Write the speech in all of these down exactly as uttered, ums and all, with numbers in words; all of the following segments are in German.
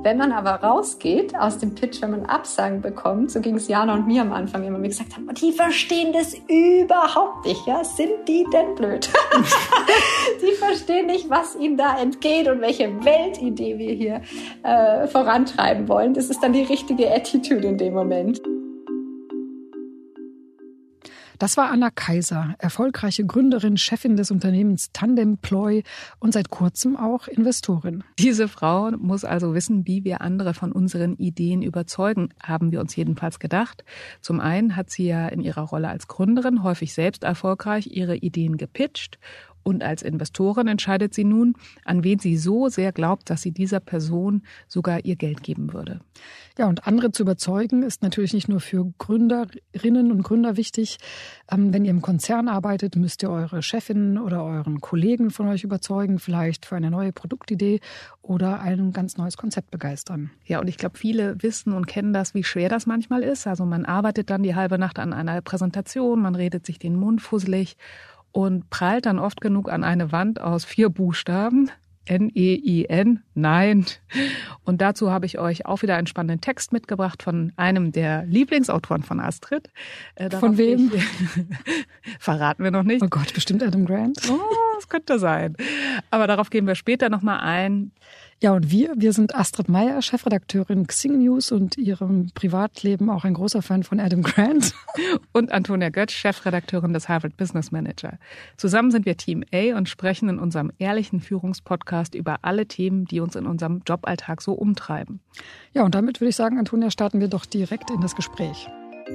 Wenn man aber rausgeht aus dem Pitch, wenn man Absagen bekommt, so ging es Jana und mir am Anfang immer, wir gesagt haben, die verstehen das überhaupt nicht, ja, sind die denn blöd? Die verstehen nicht, was ihnen da entgeht und welche Weltidee wir hier äh, vorantreiben wollen. Das ist dann die richtige Attitude in dem Moment. Das war Anna Kaiser, erfolgreiche Gründerin, Chefin des Unternehmens Tandemploy und seit kurzem auch Investorin. Diese Frau muss also wissen, wie wir andere von unseren Ideen überzeugen, haben wir uns jedenfalls gedacht. Zum einen hat sie ja in ihrer Rolle als Gründerin häufig selbst erfolgreich ihre Ideen gepitcht. Und als Investorin entscheidet sie nun, an wen sie so sehr glaubt, dass sie dieser Person sogar ihr Geld geben würde. Ja, und andere zu überzeugen ist natürlich nicht nur für Gründerinnen und Gründer wichtig. Ähm, wenn ihr im Konzern arbeitet, müsst ihr eure Chefin oder euren Kollegen von euch überzeugen, vielleicht für eine neue Produktidee oder ein ganz neues Konzept begeistern. Ja, und ich glaube, viele wissen und kennen das, wie schwer das manchmal ist. Also man arbeitet dann die halbe Nacht an einer Präsentation, man redet sich den Mund fusselig und prallt dann oft genug an eine Wand aus vier Buchstaben, N E I N, nein. Und dazu habe ich euch auch wieder einen spannenden Text mitgebracht von einem der Lieblingsautoren von Astrid. Äh, von wem? Ich, verraten wir noch nicht. Oh Gott, bestimmt Adam Grant. Oh, das könnte sein. Aber darauf gehen wir später nochmal ein. Ja, und wir, wir sind Astrid Meier, Chefredakteurin Xing News und ihrem Privatleben auch ein großer Fan von Adam Grant. Und Antonia Götz, Chefredakteurin des Harvard Business Manager. Zusammen sind wir Team A und sprechen in unserem ehrlichen Führungspodcast über alle Themen, die uns in unserem Joballtag so umtreiben. Ja, und damit würde ich sagen, Antonia, starten wir doch direkt in das Gespräch.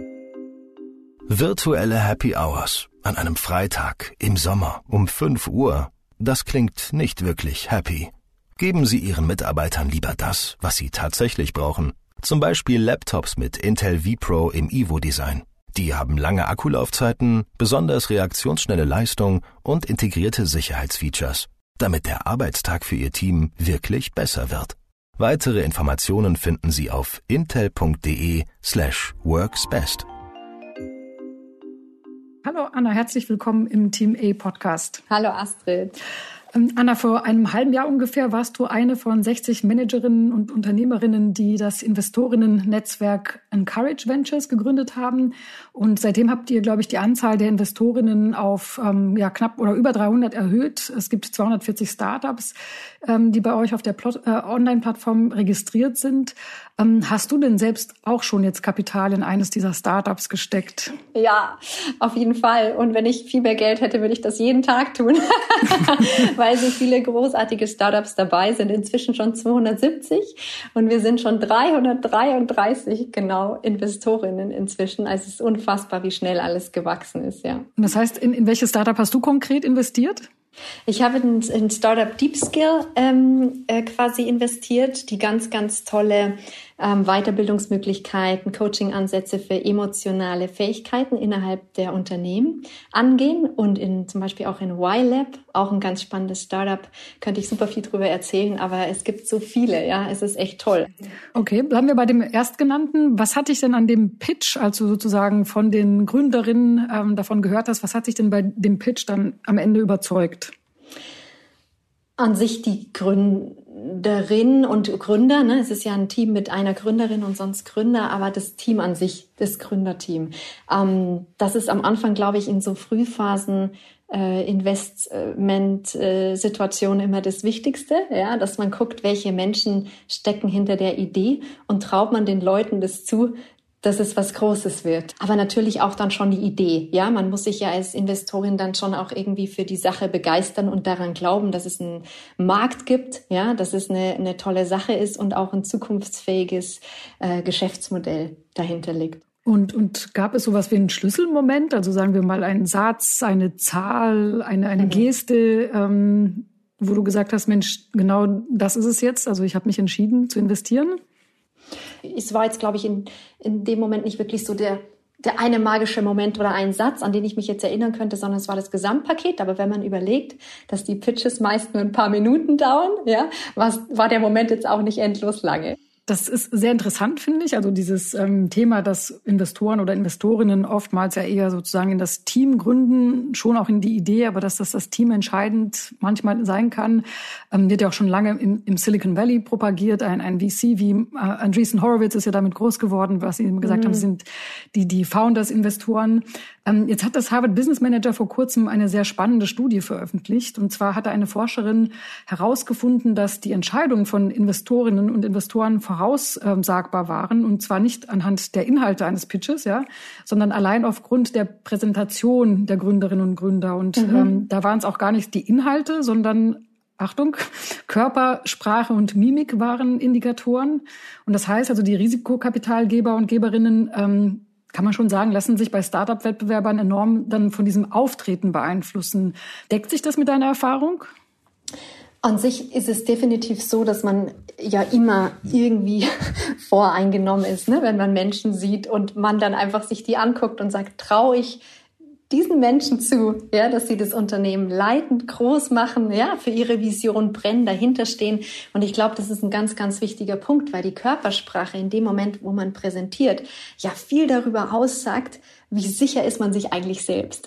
Virtuelle Happy Hours an einem Freitag im Sommer um fünf Uhr. Das klingt nicht wirklich happy. Geben Sie Ihren Mitarbeitern lieber das, was sie tatsächlich brauchen. Zum Beispiel Laptops mit Intel vPro im Evo-Design. Die haben lange Akkulaufzeiten, besonders reaktionsschnelle Leistung und integrierte Sicherheitsfeatures, damit der Arbeitstag für Ihr Team wirklich besser wird. Weitere Informationen finden Sie auf intel.de slash worksbest. Hallo Anna, herzlich willkommen im Team A Podcast. Hallo Astrid. Anna, vor einem halben Jahr ungefähr warst du eine von sechzig Managerinnen und Unternehmerinnen, die das Investorinnen-Netzwerk Encourage Ventures gegründet haben. Und seitdem habt ihr, glaube ich, die Anzahl der Investorinnen auf ähm, ja, knapp oder über dreihundert erhöht. Es gibt zweihundertvierzig Startups, ähm, die bei euch auf der Plot- äh, Online-Plattform registriert sind. Ähm, hast du denn selbst auch schon jetzt Kapital in eines dieser Startups gesteckt? Ja, auf jeden Fall. Und wenn ich viel mehr Geld hätte, würde ich das jeden Tag tun. Weil so viele großartige Startups dabei sind, inzwischen schon zweihundertsiebzig und wir sind schon dreihundertdreiunddreißig genau Investorinnen inzwischen. Also es ist unfassbar, wie schnell alles gewachsen ist, ja. Und das heißt, in, in welches Startup hast du konkret investiert? Ich habe in, in Startup DeepSkill ähm, äh, quasi investiert, die ganz, ganz tolle ähm, Weiterbildungsmöglichkeiten, Coaching-Ansätze für emotionale Fähigkeiten innerhalb der Unternehmen angehen und in zum Beispiel auch in Y-Lab, auch ein ganz spannendes Startup, könnte ich super viel drüber erzählen, aber es gibt so viele, ja, es ist echt toll. Okay, bleiben wir bei dem Erstgenannten. Was hat dich denn an dem Pitch, als du sozusagen von den Gründerinnen ähm, davon gehört hast, was hat dich denn bei dem Pitch dann am Ende überzeugt? An sich die Gründerinnen und Gründer, ne? Es ist ja ein Team mit einer Gründerin und sonst Gründer, aber das Team an sich, das Gründerteam. Ähm, das ist am Anfang, glaube ich, in so Frühphasen äh, Investment-Situationen äh, immer das Wichtigste, ja, dass man guckt, welche Menschen stecken hinter der Idee und traut man den Leuten das zu, dass es was Großes wird. Aber natürlich auch dann schon die Idee. Ja, man muss sich ja als Investorin dann schon auch irgendwie für die Sache begeistern und daran glauben, dass es einen Markt gibt, ja, dass es eine, eine tolle Sache ist und auch ein zukunftsfähiges äh, Geschäftsmodell dahinter liegt. Und, und gab es sowas wie einen Schlüsselmoment? Also sagen wir mal einen Satz, eine Zahl, eine, eine mhm. Geste, ähm, wo du gesagt hast, Mensch, genau das ist es jetzt. Also ich habe mich entschieden zu investieren. Es war jetzt, glaube ich, in, in dem Moment nicht wirklich so der, der eine magische Moment oder ein Satz, an den ich mich jetzt erinnern könnte, sondern es war das Gesamtpaket. Aber wenn man überlegt, dass die Pitches meist nur ein paar Minuten dauern, ja, war, war der Moment jetzt auch nicht endlos lange. Das ist sehr interessant, finde ich. Also dieses ähm, Thema, dass Investoren oder Investorinnen oftmals ja eher sozusagen in das Team gründen, schon auch in die Idee, aber dass das das Team entscheidend manchmal sein kann, ähm, wird ja auch schon lange im, im Silicon Valley propagiert. Ein, ein V C wie äh, Andreessen Horowitz ist ja damit groß geworden, was Sie eben gesagt mhm. haben, sind die, die Founders-Investoren. Ähm, jetzt hat das Harvard Business Manager vor kurzem eine sehr spannende Studie veröffentlicht. Und zwar hatte eine Forscherin herausgefunden, dass die Entscheidungen von Investorinnen und Investoren voraussagbar waren. Und zwar nicht anhand der Inhalte eines Pitches, ja, sondern allein aufgrund der Präsentation der Gründerinnen und Gründer. Und mhm. ähm, da waren es auch gar nicht die Inhalte, sondern Achtung, Körpersprache und Mimik waren Indikatoren. Und das heißt also, die Risikokapitalgeber und Geberinnen ähm, kann man schon sagen, lassen sich bei Start-up-Wettbewerbern enorm dann von diesem Auftreten beeinflussen. Deckt sich das mit deiner Erfahrung? An sich ist es definitiv so, dass man ja immer irgendwie voreingenommen ist, ne? Wenn man Menschen sieht und man dann einfach sich die anguckt und sagt, traue ich diesen Menschen zu, ja, dass sie das Unternehmen leitend groß machen, ja, für ihre Vision brennen, dahinter stehen. Und ich glaube, das ist ein ganz, ganz wichtiger Punkt, weil die Körpersprache in dem Moment, wo man präsentiert, ja viel darüber aussagt, wie sicher ist man sich eigentlich selbst?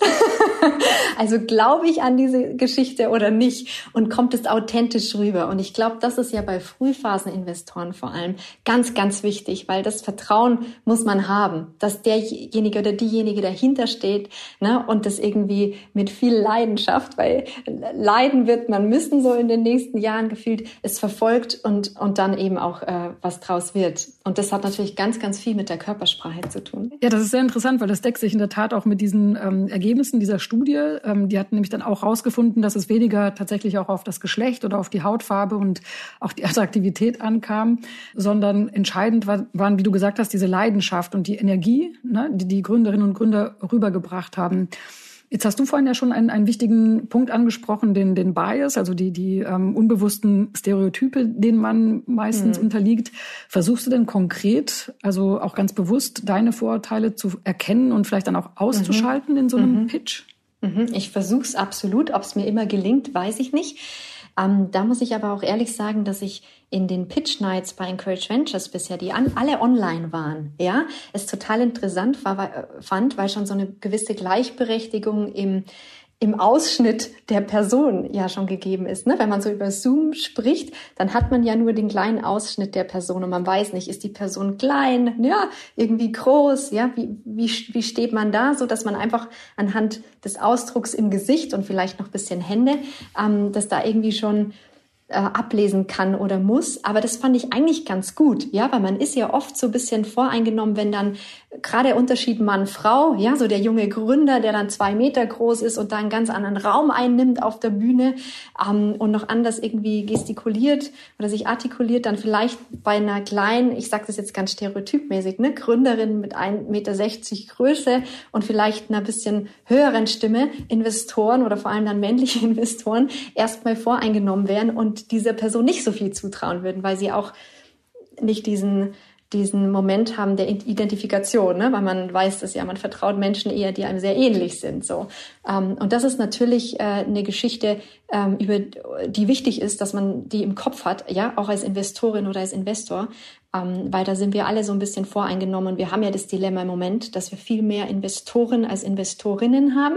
Also glaube ich an diese Geschichte oder nicht? Und kommt es authentisch rüber? Und ich glaube, das ist ja bei Frühphaseninvestoren vor allem ganz, ganz wichtig, weil das Vertrauen muss man haben, dass derjenige oder diejenige dahinter steht, ne, und das irgendwie mit viel Leidenschaft, weil leiden wird man müssen so in den nächsten Jahren gefühlt, es verfolgt und, und dann eben auch äh, was draus wird. Und das hat natürlich ganz, ganz viel mit der Körpersprache zu tun. Ja, das ist sehr interessant, weil das deckt sich in der Tat auch mit diesen ähm, Ergebnissen dieser Studie. Ähm, die hatten nämlich dann auch rausgefunden, dass es weniger tatsächlich auch auf das Geschlecht oder auf die Hautfarbe und auch die Attraktivität ankam, sondern entscheidend war, waren, wie du gesagt hast, diese Leidenschaft und die Energie, ne, die die Gründerinnen und Gründer rübergebracht haben. Jetzt hast du vorhin ja schon einen, einen wichtigen Punkt angesprochen, den, den Bias, also die, die ähm, unbewussten Stereotype, denen man meistens mhm. unterliegt. Versuchst du denn konkret, also auch ganz bewusst, deine Vorurteile zu erkennen und vielleicht dann auch auszuschalten mhm. in so einem mhm. Pitch? Mhm. Ich versuche es absolut. Ob es mir immer gelingt, weiß ich nicht. Ähm, da muss ich aber auch ehrlich sagen, dass ich in den Pitch Nights bei Encourage Ventures bisher, die an, alle online waren, ja, es total interessant war, weil, fand, weil schon so eine gewisse Gleichberechtigung im im Ausschnitt der Person ja schon gegeben ist. Ne? Wenn man so über Zoom spricht, dann hat man ja nur den kleinen Ausschnitt der Person und man weiß nicht, ist die Person klein, ja, irgendwie groß, ja, wie, wie, wie steht man da, so dass man einfach anhand des Ausdrucks im Gesicht und vielleicht noch ein bisschen Hände, ähm, dass da irgendwie schon äh, ablesen kann oder muss. Aber das fand ich eigentlich ganz gut, ja, weil man ist ja oft so ein bisschen voreingenommen, wenn dann gerade der Unterschied Mann-Frau, ja, so der junge Gründer, der dann zwei Meter groß ist und da einen ganz anderen Raum einnimmt auf der Bühne ähm, und noch anders irgendwie gestikuliert oder sich artikuliert, dann vielleicht bei einer kleinen, ich sage das jetzt ganz stereotypmäßig, ne, Gründerin mit ein Meter sechzig Größe und vielleicht einer bisschen höheren Stimme, Investoren oder vor allem dann männliche Investoren erstmal voreingenommen wären und dieser Person nicht so viel zutrauen würden, weil sie auch nicht diesen diesen Moment haben der Identifikation, ne? Weil man weiß das ja, man vertraut Menschen eher, die einem sehr ähnlich sind. So. Ähm, und das ist natürlich äh, eine Geschichte, ähm, über die wichtig ist, dass man die im Kopf hat, ja, auch als Investorin oder als Investor, ähm, weil da sind wir alle so ein bisschen voreingenommen und wir haben ja das Dilemma im Moment, dass wir viel mehr Investoren als Investorinnen haben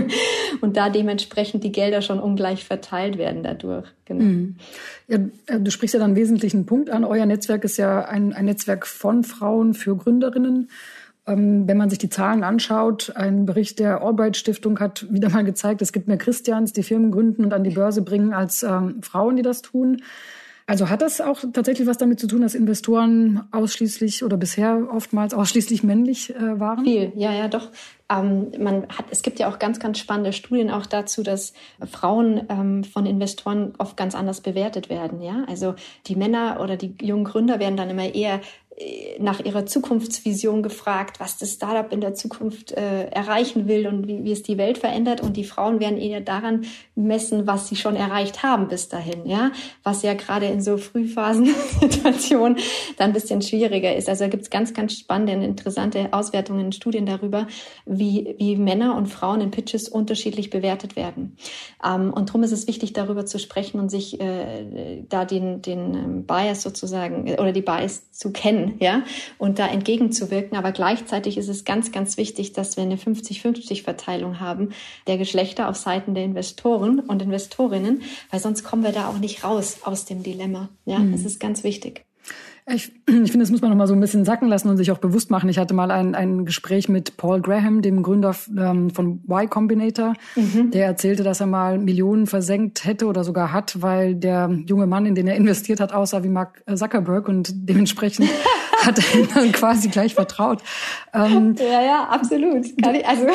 und da dementsprechend die Gelder schon ungleich verteilt werden dadurch. Genau. Mhm. Ja, du sprichst ja dann einen wesentlichen Punkt an. Euer Netzwerk ist ja ein, ein Netzwerk von Frauen für Gründerinnen. Ähm, wenn man sich die Zahlen anschaut, ein Bericht der Albright Stiftung hat wieder mal gezeigt, es gibt mehr Christians, die Firmen gründen und an die Börse bringen, als ähm, Frauen, die das tun. Also hat das auch tatsächlich was damit zu tun, dass Investoren ausschließlich oder bisher oftmals ausschließlich männlich äh, waren? Viel, ja, ja, doch. Ähm, man hat, es gibt ja auch ganz, ganz spannende Studien auch dazu, dass Frauen ähm, von Investoren oft ganz anders bewertet werden. Ja, also die Männer oder die jungen Gründer werden dann immer eher nach ihrer Zukunftsvision gefragt, was das Startup in der Zukunft äh, erreichen will und wie, wie es die Welt verändert. Und die Frauen werden eher daran messen, was sie schon erreicht haben bis dahin, ja, was ja gerade in so Frühphasensituationen dann ein bisschen schwieriger ist. Also da gibt es ganz, ganz spannende und interessante Auswertungen und Studien darüber, wie, wie Männer und Frauen in Pitches unterschiedlich bewertet werden. Ähm, und darum ist es wichtig, darüber zu sprechen und sich äh, da den, den Bias sozusagen oder die Bias zu kennen, ja, und da entgegenzuwirken. Aber gleichzeitig ist es ganz, ganz wichtig, dass wir eine fünfzig fünfzig Verteilung haben der Geschlechter auf Seiten der Investoren und Investorinnen, weil sonst kommen wir da auch nicht raus aus dem Dilemma. Ja, mhm. Das ist ganz wichtig. Ich, ich finde, das muss man noch mal so ein bisschen sacken lassen und sich auch bewusst machen. Ich hatte mal ein, ein Gespräch mit Paul Graham, dem Gründer ähm, von Y Combinator. Mhm. Der erzählte, dass er mal Millionen versenkt hätte oder sogar hat, weil der junge Mann, in den er investiert hat, aussah wie Mark Zuckerberg und dementsprechend hat er ihm dann quasi gleich vertraut. Ähm, ja, ja, absolut. Kann ich, also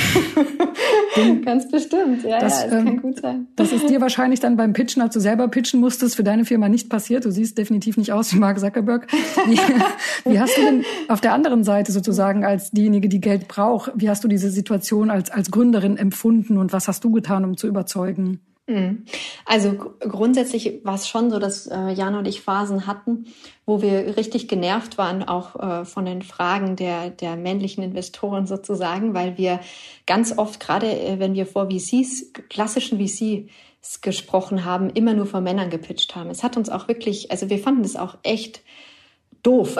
ganz bestimmt. Ja, das, ja, das ähm, kann gut sein. Das ist dir wahrscheinlich dann beim Pitchen, als du selber pitchen musstest, für deine Firma nicht passiert. Du siehst definitiv nicht aus wie Mark Zuckerberg. Wie, wie hast du denn auf der anderen Seite sozusagen als diejenige, die Geld braucht, wie hast du diese Situation als, als Gründerin empfunden und was hast du getan, um zu überzeugen? Also grundsätzlich war es schon so, dass äh, Jana und ich Phasen hatten, wo wir richtig genervt waren, auch äh, von den Fragen der, der männlichen Investoren sozusagen, weil wir ganz oft, gerade äh, wenn wir vor V Cs, klassischen V Cs gesprochen haben, immer nur von Männern gepitcht haben. Es hat uns auch wirklich, also wir fanden das auch echt doof,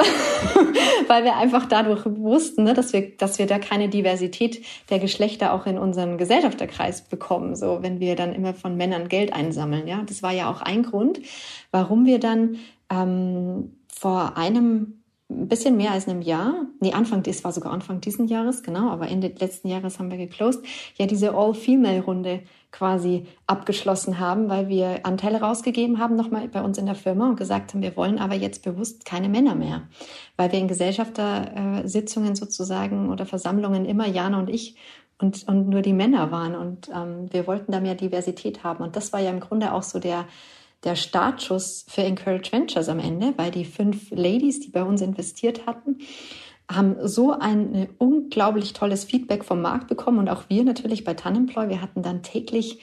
weil wir einfach dadurch wussten, ne, dass wir, dass wir da keine Diversität der Geschlechter auch in unserem Gesellschafterkreis bekommen, so wenn wir dann immer von Männern Geld einsammeln. Ja, das war ja auch ein Grund, warum wir dann ähm, vor einem ein bisschen mehr als einem Jahr, nee, Anfang, das war sogar Anfang diesen Jahres, genau, aber Ende letzten Jahres haben wir geclosed, ja diese All-Female-Runde quasi abgeschlossen haben, weil wir Anteile rausgegeben haben, nochmal bei uns in der Firma und gesagt haben, wir wollen aber jetzt bewusst keine Männer mehr, weil wir in Gesellschaftersitzungen sozusagen oder Versammlungen immer Jana und ich und, und nur die Männer waren und ähm, wir wollten da mehr Diversität haben und das war ja im Grunde auch so der der Startschuss für Encourage Ventures am Ende, weil die fünf Ladies, die bei uns investiert hatten, haben so ein unglaublich tolles Feedback vom Markt bekommen und auch wir natürlich bei Tanemploy. Wir hatten dann täglich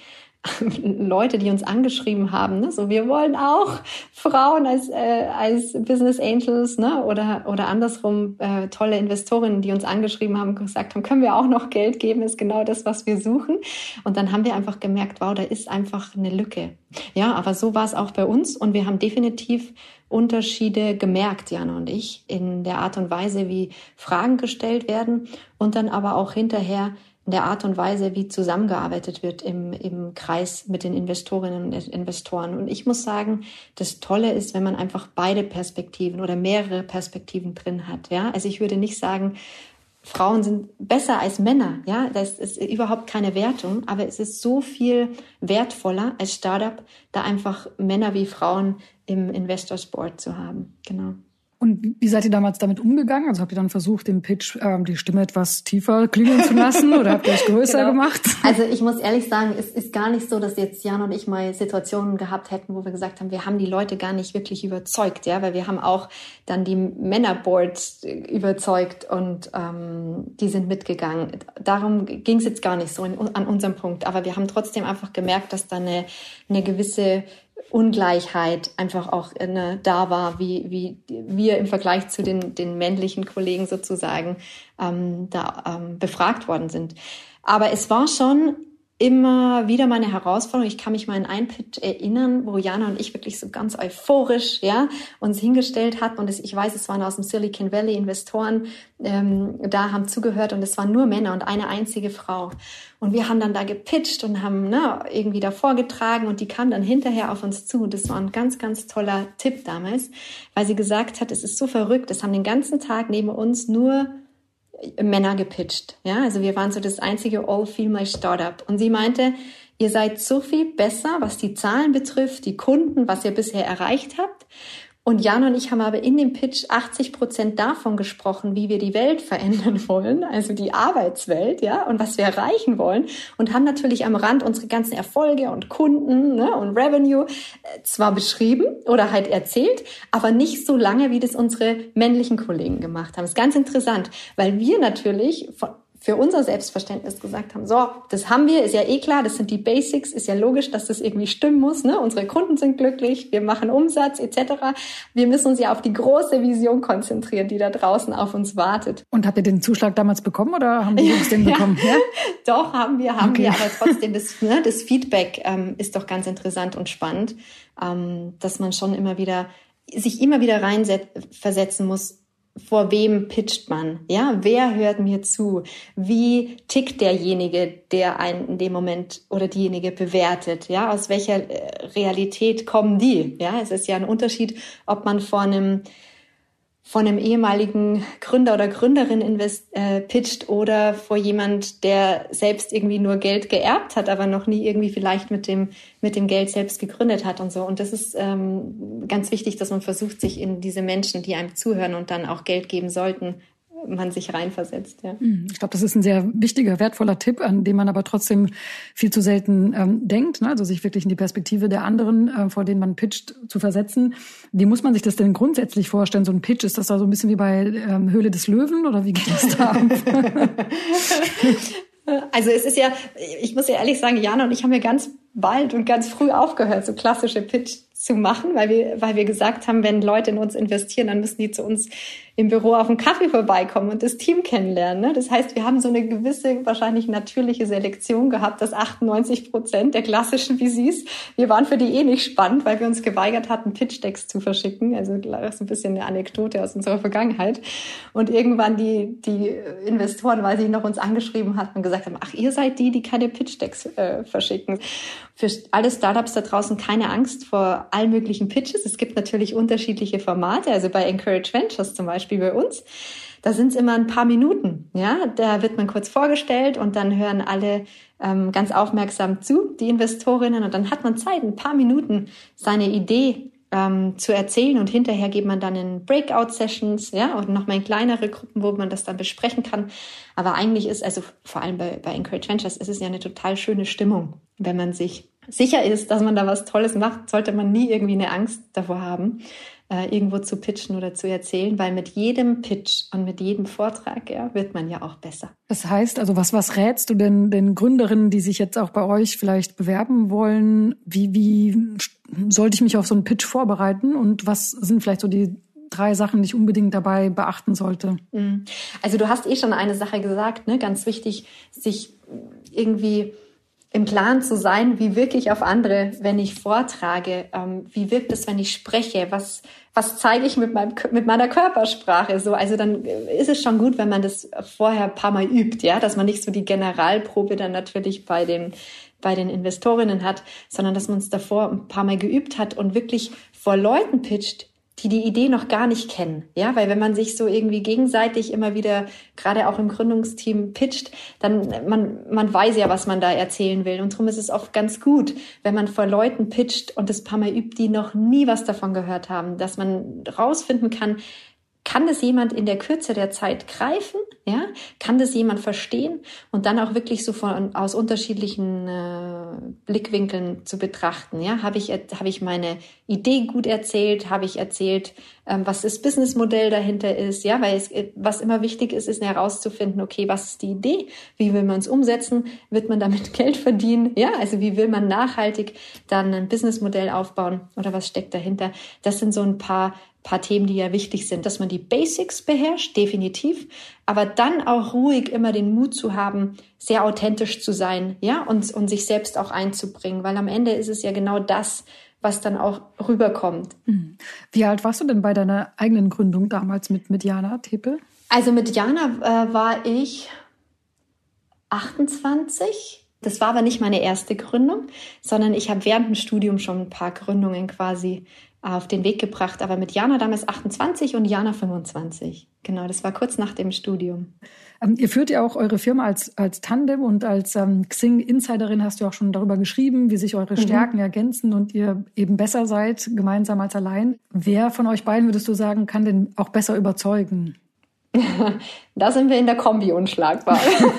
Leute, die uns angeschrieben haben, ne? So wir wollen auch Frauen als äh, als Business Angels, ne? Oder oder andersrum äh, tolle Investorinnen, die uns angeschrieben haben und gesagt haben, können wir auch noch Geld geben, ist genau das, was wir suchen. Und dann haben wir einfach gemerkt, wow, da ist einfach eine Lücke. Ja, aber so war es auch bei uns und wir haben definitiv Unterschiede gemerkt, Jana und ich, in der Art und Weise, wie Fragen gestellt werden und dann aber auch hinterher in der Art und Weise, wie zusammengearbeitet wird im, im Kreis mit den Investorinnen und Investoren. Und ich muss sagen, das Tolle ist, wenn man einfach beide Perspektiven oder mehrere Perspektiven drin hat. Ja, also ich würde nicht sagen, Frauen sind besser als Männer. Ja, das ist überhaupt keine Wertung, aber es ist so viel wertvoller als Startup, da einfach Männer wie Frauen im Investors Board zu haben. Genau. Und wie seid ihr damals damit umgegangen? Also habt ihr dann versucht, den Pitch, ähm, die Stimme etwas tiefer klingen zu lassen oder habt ihr es größer genau. gemacht? Also ich muss ehrlich sagen, es ist gar nicht so, dass jetzt Jan und ich mal Situationen gehabt hätten, wo wir gesagt haben, wir haben die Leute gar nicht wirklich überzeugt, ja, weil wir haben auch dann die Männerboards überzeugt und ähm, die sind mitgegangen. Darum ging es jetzt gar nicht so in, an unserem Punkt, aber wir haben trotzdem einfach gemerkt, dass da eine, eine gewisse Ungleichheit einfach auch ne, da war, wie, wie wir im Vergleich zu den, den männlichen Kollegen sozusagen ähm, da ähm, befragt worden sind. Aber es war schon immer wieder meine Herausforderung. Ich kann mich mal an einen Pitch erinnern, wo Jana und ich wirklich so ganz euphorisch ja uns hingestellt hatten. Und es, ich weiß, es waren aus dem Silicon Valley Investoren, ähm, da haben zugehört und es waren nur Männer und eine einzige Frau. Und wir haben dann da gepitcht und haben ne, irgendwie da vorgetragen und die kam dann hinterher auf uns zu. Und das war ein ganz, ganz toller Tipp damals, weil sie gesagt hat, es ist so verrückt, es haben den ganzen Tag neben uns nur Männer gepitcht. Ja, also wir waren so das einzige All-Female-Startup. Und sie meinte, ihr seid so viel besser, was die Zahlen betrifft, die Kunden, was ihr bisher erreicht habt. Und Jana und ich haben aber in dem Pitch achtzig Prozent davon gesprochen, wie wir die Welt verändern wollen, also die Arbeitswelt, ja, und was wir erreichen wollen. Und haben natürlich am Rand unsere ganzen Erfolge und Kunden, ne, und Revenue äh, zwar beschrieben oder halt erzählt, aber nicht so lange, wie das unsere männlichen Kollegen gemacht haben. Das ist ganz interessant, weil wir natürlich von für unser Selbstverständnis gesagt haben, so, das haben wir, ist ja eh klar, das sind die Basics, ist ja logisch, dass das irgendwie stimmen muss, ne? Unsere Kunden sind glücklich, wir machen Umsatz et cetera. Wir müssen uns ja auf die große Vision konzentrieren, die da draußen auf uns wartet. Und habt ihr den Zuschlag damals bekommen oder haben die Jungs den bekommen? Ja, ja? Doch, haben wir, haben okay. wir, aber trotzdem, das, ne, das Feedback ähm, ist doch ganz interessant und spannend, ähm, dass man schon immer wieder, sich immer wieder reinversetzen muss, vor wem pitcht man? Ja, wer hört mir zu? Wie tickt derjenige, der einen in dem Moment oder diejenige bewertet? Ja, aus welcher Realität kommen die? Ja, es ist ja ein Unterschied, ob man vor einem von einem ehemaligen Gründer oder Gründerin invest, äh, pitcht oder vor jemand, der selbst irgendwie nur Geld geerbt hat, aber noch nie irgendwie vielleicht mit dem mit dem Geld selbst gegründet hat und so. Und das ist ähm, ganz wichtig, dass man versucht, sich in diese Menschen, die einem zuhören und dann auch Geld geben sollten, man sich reinversetzt. Ja. Ich glaube, das ist ein sehr wichtiger, wertvoller Tipp, an den man aber trotzdem viel zu selten ähm, denkt. Ne? Also sich wirklich in die Perspektive der anderen, äh, vor denen man pitcht, zu versetzen. Wie muss man sich das denn grundsätzlich vorstellen? So ein Pitch, ist das da so ein bisschen wie bei ähm, Höhle des Löwen oder wie geht das da ab? Also es ist ja, ich muss ja ehrlich sagen, Jana und ich haben ja ganz bald und ganz früh aufgehört, so klassische Pitch zu machen, weil wir, weil wir gesagt haben, wenn Leute in uns investieren, dann müssen die zu uns im Büro auf einen Kaffee vorbeikommen und das Team kennenlernen. Ne? Das heißt, wir haben so eine gewisse, wahrscheinlich natürliche Selektion gehabt, dass achtundneunzig Prozent der klassischen V Cs, wir waren für die eh nicht spannend, weil wir uns geweigert hatten, Pitch-Decks zu verschicken. Also das ist ein bisschen eine Anekdote aus unserer Vergangenheit. Und irgendwann die, die Investoren, weil sie noch uns angeschrieben hatten und gesagt haben, ach, ihr seid die, die keine Pitch-Decks äh, verschicken. Für alle Startups da draußen keine Angst vor allen möglichen Pitches. Es gibt natürlich unterschiedliche Formate, also bei Encourage Ventures zum Beispiel bei uns. Da sind es immer ein paar Minuten. Ja, da wird man kurz vorgestellt und dann hören alle ähm, ganz aufmerksam zu, die Investorinnen. Und dann hat man Zeit, ein paar Minuten seine Idee ähm, zu erzählen. Und hinterher geht man dann in Breakout-Sessions, ja, und nochmal in kleinere Gruppen, wo man das dann besprechen kann. Aber eigentlich ist, also vor allem bei, bei Encourage Ventures, ist es ja eine total schöne Stimmung, wenn man sich sicher ist, dass man da was Tolles macht, sollte man nie irgendwie eine Angst davor haben, äh, irgendwo zu pitchen oder zu erzählen, weil mit jedem Pitch und mit jedem Vortrag, ja, wird man ja auch besser. Das heißt, also was, was rätst du denn den Gründerinnen, die sich jetzt auch bei euch vielleicht bewerben wollen? Wie, wie sollte ich mich auf so einen Pitch vorbereiten und was sind vielleicht so die drei Sachen, die ich unbedingt dabei beachten sollte? Also du hast eh schon eine Sache gesagt, ne? Ganz wichtig, sich irgendwie im Klaren zu sein, wie wirke ich auf andere, wenn ich vortrage, ähm, wie wirkt es, wenn ich spreche, was was zeige ich mit meinem mit meiner Körpersprache so. Also dann ist es schon gut, wenn man das vorher ein paar Mal übt, ja, dass man nicht so die Generalprobe dann natürlich bei den bei den Investorinnen hat, sondern dass man es davor ein paar Mal geübt hat und wirklich vor Leuten pitcht, die die Idee noch gar nicht kennen, ja, weil wenn man sich so irgendwie gegenseitig immer wieder, gerade auch im Gründungsteam pitcht, dann man man weiß ja, was man da erzählen will und darum ist es oft ganz gut, wenn man vor Leuten pitcht und das paar Mal übt, die noch nie was davon gehört haben, dass man rausfinden kann, kann das jemand in der Kürze der Zeit greifen? Ja, kann das jemand verstehen? Und dann auch wirklich so von aus unterschiedlichen äh, Blickwinkeln zu betrachten. Ja, habe ich habe ich meine Idee gut erzählt? Habe ich erzählt, ähm, was das Businessmodell dahinter ist? Ja, weil es, was immer wichtig ist, ist herauszufinden: Okay, was ist die Idee? Wie will man es umsetzen? Wird man damit Geld verdienen? Ja, also wie will man nachhaltig dann ein Businessmodell aufbauen? Oder was steckt dahinter? Das sind so ein paar paar Themen, die ja wichtig sind, dass man die Basics beherrscht, definitiv, aber dann auch ruhig immer den Mut zu haben, sehr authentisch zu sein, ja, und, und sich selbst auch einzubringen, weil am Ende ist es ja genau das, was dann auch rüberkommt. Wie alt warst du denn bei deiner eigenen Gründung damals mit, mit Jana Tepe? Also mit Jana äh, war ich achtundzwanzig. Das war aber nicht meine erste Gründung, sondern ich habe während dem Studium schon ein paar Gründungen quasi auf den Weg gebracht. Aber mit Jana damals achtundzwanzig und Jana fünfundzwanzig. Genau, das war kurz nach dem Studium. Ähm, ihr führt ja auch eure Firma als, als Tandem und als ähm, Xing-Insiderin hast du auch schon darüber geschrieben, wie sich eure Stärken mhm. ergänzen und ihr eben besser seid, gemeinsam als allein. Wer von euch beiden, würdest du sagen, kann denn auch besser überzeugen? Da sind wir in der Kombi unschlagbar,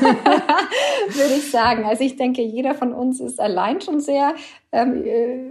würde ich sagen. Also ich denke, jeder von uns ist allein schon sehr ähm,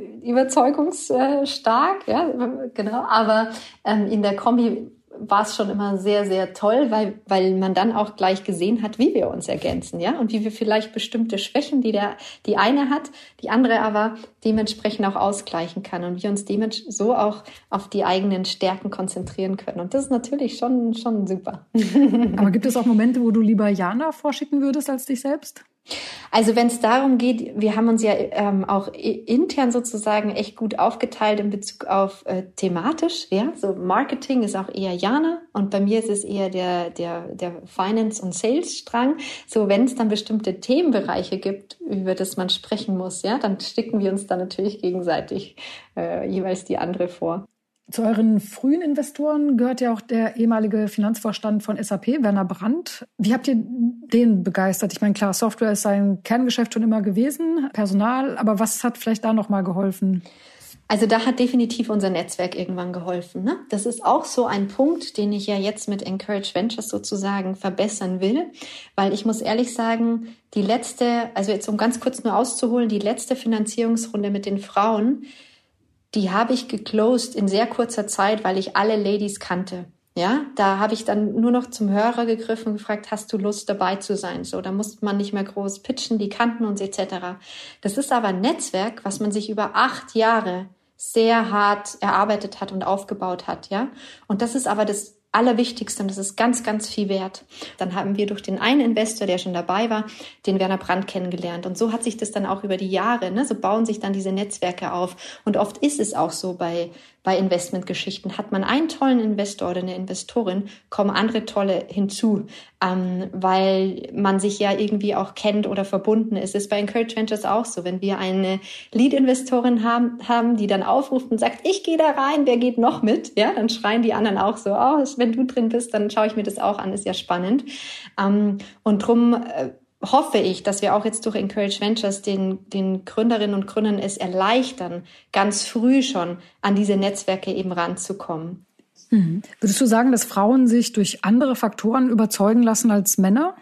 überzeugungsstark, ja, genau. Aber ähm, in der Kombi war es schon immer sehr, sehr toll, weil, weil man dann auch gleich gesehen hat, wie wir uns ergänzen, ja, und wie wir vielleicht bestimmte Schwächen, die der, die eine hat, die andere aber dementsprechend auch ausgleichen kann und wir uns dementsprechend so auch auf die eigenen Stärken konzentrieren können. Und das ist natürlich schon, schon super. Aber gibt es auch Momente, wo du lieber Jana vorschicken würdest als dich selbst? Also wenn es darum geht, wir haben uns ja ähm, auch intern sozusagen echt gut aufgeteilt in Bezug auf äh, thematisch, ja, so Marketing ist auch eher Jana und bei mir ist es eher der der der Finance- und Sales-Strang. So, wenn es dann bestimmte Themenbereiche gibt, über das man sprechen muss, ja, dann schicken wir uns dann natürlich gegenseitig äh, jeweils die andere vor. Zu euren frühen Investoren gehört ja auch der ehemalige Finanzvorstand von S A P, Werner Brandt. Wie habt ihr den begeistert? Ich meine, klar, Software ist sein Kerngeschäft schon immer gewesen, Personal, aber was hat vielleicht da nochmal geholfen? Also da hat definitiv unser Netzwerk irgendwann geholfen. Ne? Das ist auch so ein Punkt, den ich ja jetzt mit Encourage Ventures sozusagen verbessern will, weil ich muss ehrlich sagen, die letzte, also jetzt um ganz kurz nur auszuholen, die letzte Finanzierungsrunde mit den Frauen, die habe ich geclosed in sehr kurzer Zeit, weil ich alle Ladies kannte. Ja, da habe ich dann nur noch zum Hörer gegriffen und gefragt, hast du Lust dabei zu sein? So, da musste man nicht mehr groß pitchen, die kannten uns et cetera. Das ist aber ein Netzwerk, was man sich über acht Jahre sehr hart erarbeitet hat und aufgebaut hat, ja. Und das ist aber das Allerwichtigste und das ist ganz, ganz viel wert. Dann haben wir durch den einen Investor, der schon dabei war, den Werner Brandt kennengelernt. Und so hat sich das dann auch über die Jahre, ne, so bauen sich dann diese Netzwerke auf. Und oft ist es auch so bei, bei Investmentgeschichten. Hat man einen tollen Investor oder eine Investorin, kommen andere tolle hinzu, ähm, weil man sich ja irgendwie auch kennt oder verbunden ist. Es ist bei Encourage Ventures auch so. Wenn wir eine Lead-Investorin haben, haben, die dann aufruft und sagt, ich gehe da rein, wer geht noch mit? Ja, dann schreien die anderen auch so, oh, wenn du drin bist, dann schaue ich mir das auch an, ist ja spannend. Ähm, und drum äh, hoffe ich, dass wir auch jetzt durch Encourage Ventures den, den Gründerinnen und Gründern es erleichtern, ganz früh schon an diese Netzwerke eben ranzukommen. Mhm. Würdest du sagen, dass Frauen sich durch andere Faktoren überzeugen lassen als Männer?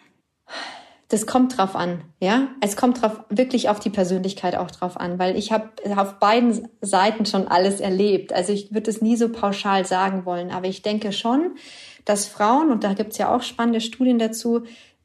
Das kommt drauf an, ja. Es kommt drauf, wirklich auf die Persönlichkeit auch drauf an, weil ich habe auf beiden Seiten schon alles erlebt. Also ich würde es nie so pauschal sagen wollen, aber ich denke schon, dass Frauen, und da gibt's ja auch spannende Studien dazu,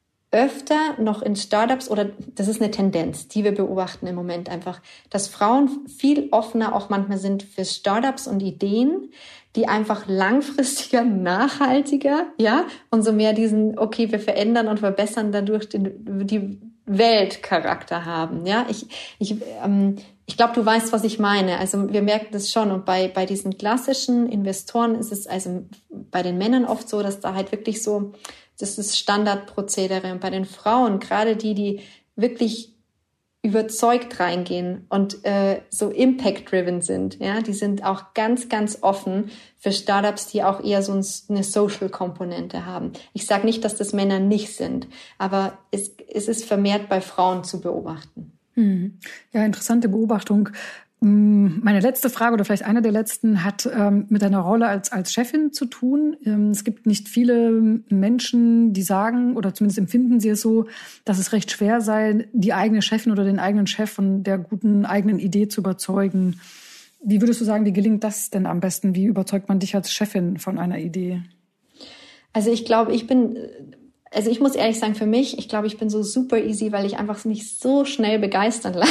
öfter noch in Startups, oder das ist eine Tendenz, die wir beobachten im Moment einfach, dass Frauen viel offener auch manchmal sind für Startups und Ideen, die einfach langfristiger, nachhaltiger, ja, und so mehr diesen, okay, wir verändern und verbessern dadurch den, die Weltcharakter haben, ja. Ich, ich, ähm, ich glaube, du weißt, was ich meine. Also wir merken das schon. Und bei, bei diesen klassischen Investoren ist es also bei den Männern oft so, dass da halt wirklich so, das ist Standardprozedere. Und bei den Frauen, gerade die, die wirklich überzeugt reingehen und äh, so impact-driven sind, ja, die sind auch ganz, ganz offen für Startups, die auch eher so eine Social-Komponente haben. Ich sage nicht, dass das Männer nicht sind, aber es, es ist vermehrt bei Frauen zu beobachten. Ja, interessante Beobachtung. Meine letzte Frage oder vielleicht eine der letzten hat ähm, mit deiner Rolle als als Chefin zu tun. Ähm, es gibt nicht viele Menschen, die sagen oder zumindest empfinden sie es so, dass es recht schwer sei, die eigene Chefin oder den eigenen Chef von der guten eigenen Idee zu überzeugen. Wie würdest du sagen, wie gelingt das denn am besten? Wie überzeugt man dich als Chefin von einer Idee? Also ich glaube, ich bin... Also ich muss ehrlich sagen, für mich, ich glaube, ich bin so super easy, weil ich einfach mich so schnell begeistern lasse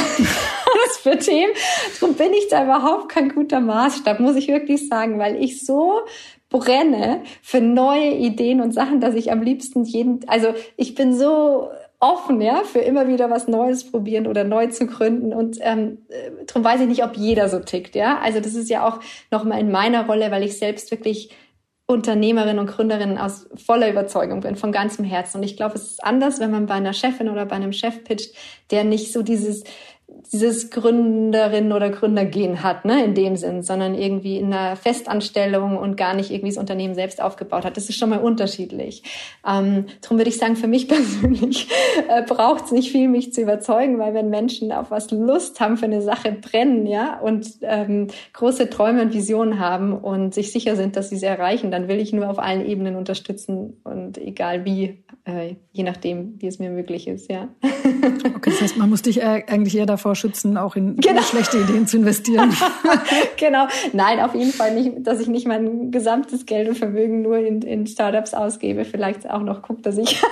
für Themen. Darum bin ich da überhaupt kein guter Maßstab, muss ich wirklich sagen, weil ich so brenne für neue Ideen und Sachen, dass ich am liebsten jeden, also ich bin so offen, ja, für immer wieder was Neues probieren oder neu zu gründen und ähm, darum weiß ich nicht, ob jeder so tickt, ja. Also das ist ja auch nochmal in meiner Rolle, weil ich selbst wirklich Unternehmerin und Gründerin aus voller Überzeugung bin, von ganzem Herzen. Und ich glaube, es ist anders, wenn man bei einer Chefin oder bei einem Chef pitcht, der nicht so dieses dieses Gründerin oder Gründergen hat, ne, in dem Sinn, sondern irgendwie in einer Festanstellung und gar nicht irgendwie das Unternehmen selbst aufgebaut hat. Das ist schon mal unterschiedlich. Ähm, darum würde ich sagen, für mich persönlich äh, braucht es nicht viel, mich zu überzeugen, weil wenn Menschen auf was Lust haben, für eine Sache brennen, ja, und ähm, große Träume und Visionen haben und sich sicher sind, dass sie sie erreichen, dann will ich nur auf allen Ebenen unterstützen und egal wie, äh, je nachdem, wie es mir möglich ist, ja. Okay, das heißt, man muss dich eigentlich eher davor schützen, auch in genau. schlechte Ideen zu investieren. Genau. Nein, auf jeden Fall nicht, dass ich nicht mein gesamtes Geld und Vermögen nur in, in Startups ausgebe. Vielleicht auch noch gucke, dass ich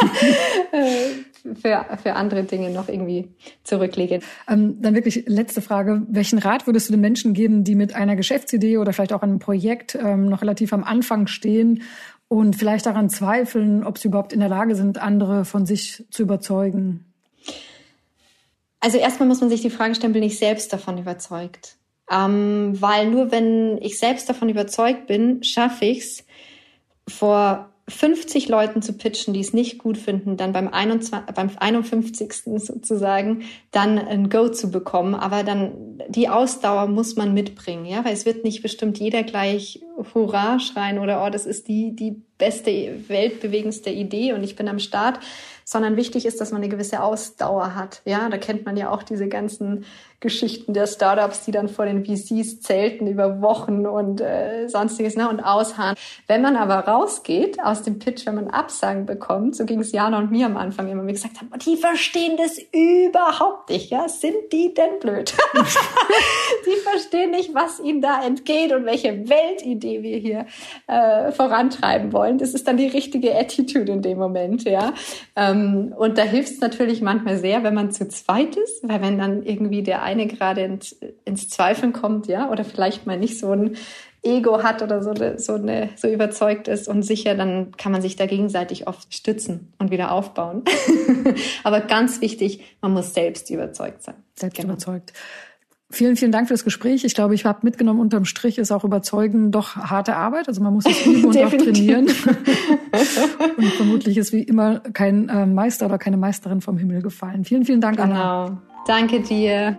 für, für andere Dinge noch irgendwie zurücklege. Ähm, dann wirklich letzte Frage. Welchen Rat würdest du den Menschen geben, die mit einer Geschäftsidee oder vielleicht auch einem Projekt ähm, noch relativ am Anfang stehen und vielleicht daran zweifeln, ob sie überhaupt in der Lage sind, andere von sich zu überzeugen? Also erstmal muss man sich die Frage stellen, bin ich selbst davon überzeugt? Ähm, weil nur wenn ich selbst davon überzeugt bin, schaffe ich es, vor fünfzig Leuten zu pitchen, die es nicht gut finden, dann beim, einundzwanzig, beim einundfünfzigsten sozusagen dann ein Go zu bekommen. Aber dann die Ausdauer muss man mitbringen, ja, weil es wird nicht bestimmt jeder gleich Hurra schreien oder oh, das ist die die beste, weltbewegendste Idee und ich bin am Start, sondern wichtig ist, dass man eine gewisse Ausdauer hat. Ja, da kennt man ja auch diese ganzen Geschichten der Startups, die dann vor den V Cs zelten über Wochen und äh, sonstiges, ne, und ausharren. Wenn man aber rausgeht aus dem Pitch, wenn man Absagen bekommt, so ging es Jana und mir am Anfang immer, wir gesagt haben, die verstehen das überhaupt nicht, ja, sind die denn blöd? Die verstehen nicht, was ihnen da entgeht und welche Weltidee wir hier äh, vorantreiben wollen. Das ist dann die richtige Attitude in dem Moment, ja. Ähm, und da hilft es natürlich manchmal sehr, wenn man zu zweit ist, weil wenn dann irgendwie der eine gerade ins, ins Zweifeln kommt, ja, oder vielleicht mal nicht so ein Ego hat oder so, so, eine, so überzeugt ist und sicher, dann kann man sich da gegenseitig oft stützen und wieder aufbauen. Aber ganz wichtig, man muss selbst überzeugt sein. Selbst genau. überzeugt. Vielen, vielen Dank für das Gespräch. Ich glaube, ich habe mitgenommen, unterm Strich ist auch Überzeugen doch harte Arbeit. Also man muss es üben und auch trainieren. Und vermutlich ist wie immer kein äh, Meister oder keine Meisterin vom Himmel gefallen. Vielen, vielen Dank, Anna. Genau. Danke dir.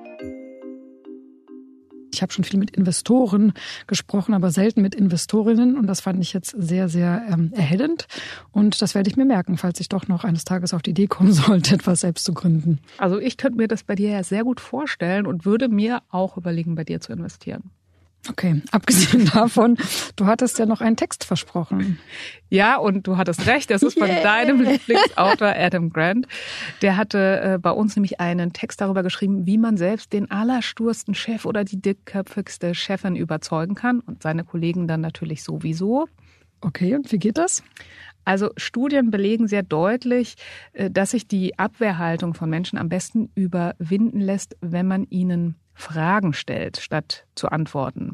Ich habe schon viel mit Investoren gesprochen, aber selten mit Investorinnen. Und das fand ich jetzt sehr, sehr ähm, erhellend. Und das werde ich mir merken, falls ich doch noch eines Tages auf die Idee kommen sollte, etwas selbst zu gründen. Also ich könnte mir das bei dir ja sehr gut vorstellen und würde mir auch überlegen, bei dir zu investieren. Okay, abgesehen davon, du hattest ja noch einen Text versprochen. Ja, und du hattest recht, das ist von yeah. deinem Lieblingsautor Adam Grant. Der hatte äh, bei uns nämlich einen Text darüber geschrieben, wie man selbst den allerstursten Chef oder die dickköpfigste Chefin überzeugen kann und seine Kollegen dann natürlich sowieso. Okay, und wie geht das? Also Studien belegen sehr deutlich, dass sich die Abwehrhaltung von Menschen am besten überwinden lässt, wenn man ihnen Fragen stellt, statt zu antworten.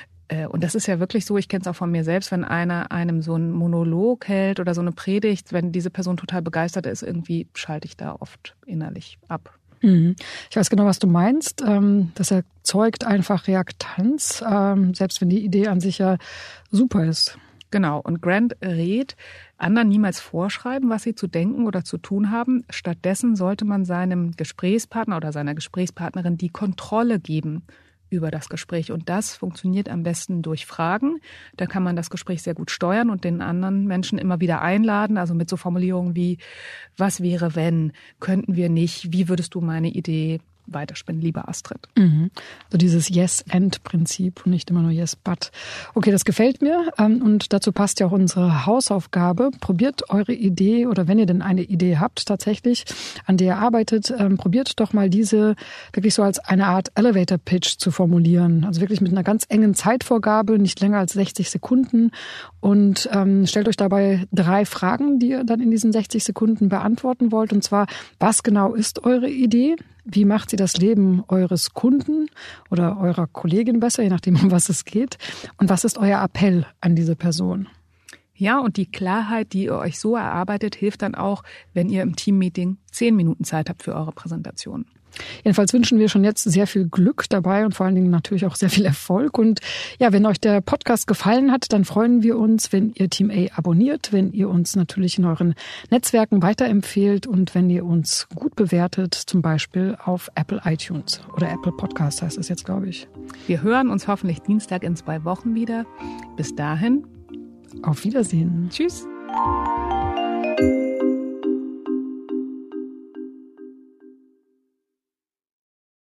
Und das ist ja wirklich so, ich kenne es auch von mir selbst, wenn einer einem so einen Monolog hält oder so eine Predigt, wenn diese Person total begeistert ist, irgendwie schalte ich da oft innerlich ab. Ich weiß genau, was du meinst. Das erzeugt einfach Reaktanz, selbst wenn die Idee an sich ja super ist. Genau, und Grant rät, anderen niemals vorschreiben, was sie zu denken oder zu tun haben. Stattdessen sollte man seinem Gesprächspartner oder seiner Gesprächspartnerin die Kontrolle geben über das Gespräch. Und das funktioniert am besten durch Fragen. Da kann man das Gespräch sehr gut steuern und den anderen Menschen immer wieder einladen. Also mit so Formulierungen wie, was wäre wenn, könnten wir nicht, wie würdest du meine Idee weiterspinnen, lieber Astrid. Mhm. So dieses Yes-and-Prinzip und nicht immer nur Yes-but. Okay, das gefällt mir und dazu passt ja auch unsere Hausaufgabe. Probiert eure Idee oder wenn ihr denn eine Idee habt tatsächlich, an der ihr arbeitet, probiert doch mal diese wirklich so als eine Art Elevator-Pitch zu formulieren. Also wirklich mit einer ganz engen Zeitvorgabe, nicht länger als sechzig Sekunden und ähm, stellt euch dabei drei Fragen, die ihr dann in diesen sechzig Sekunden beantworten wollt. Und zwar, was genau ist eure Idee? Wie macht sie das Leben eures Kunden oder eurer Kollegin besser, je nachdem, um was es geht? Und was ist euer Appell an diese Person? Ja, und die Klarheit, die ihr euch so erarbeitet, hilft dann auch, wenn ihr im Teammeeting zehn Minuten Zeit habt für eure Präsentation. Jedenfalls wünschen wir schon jetzt sehr viel Glück dabei und vor allen Dingen natürlich auch sehr viel Erfolg. Und ja, wenn euch der Podcast gefallen hat, dann freuen wir uns, wenn ihr Team A abonniert, wenn ihr uns natürlich in euren Netzwerken weiterempfehlt und wenn ihr uns gut bewertet, zum Beispiel auf Apple iTunes oder Apple Podcast heißt es jetzt, glaube ich. Wir hören uns hoffentlich Dienstag in zwei Wochen wieder. Bis dahin. Auf Wiedersehen. Tschüss.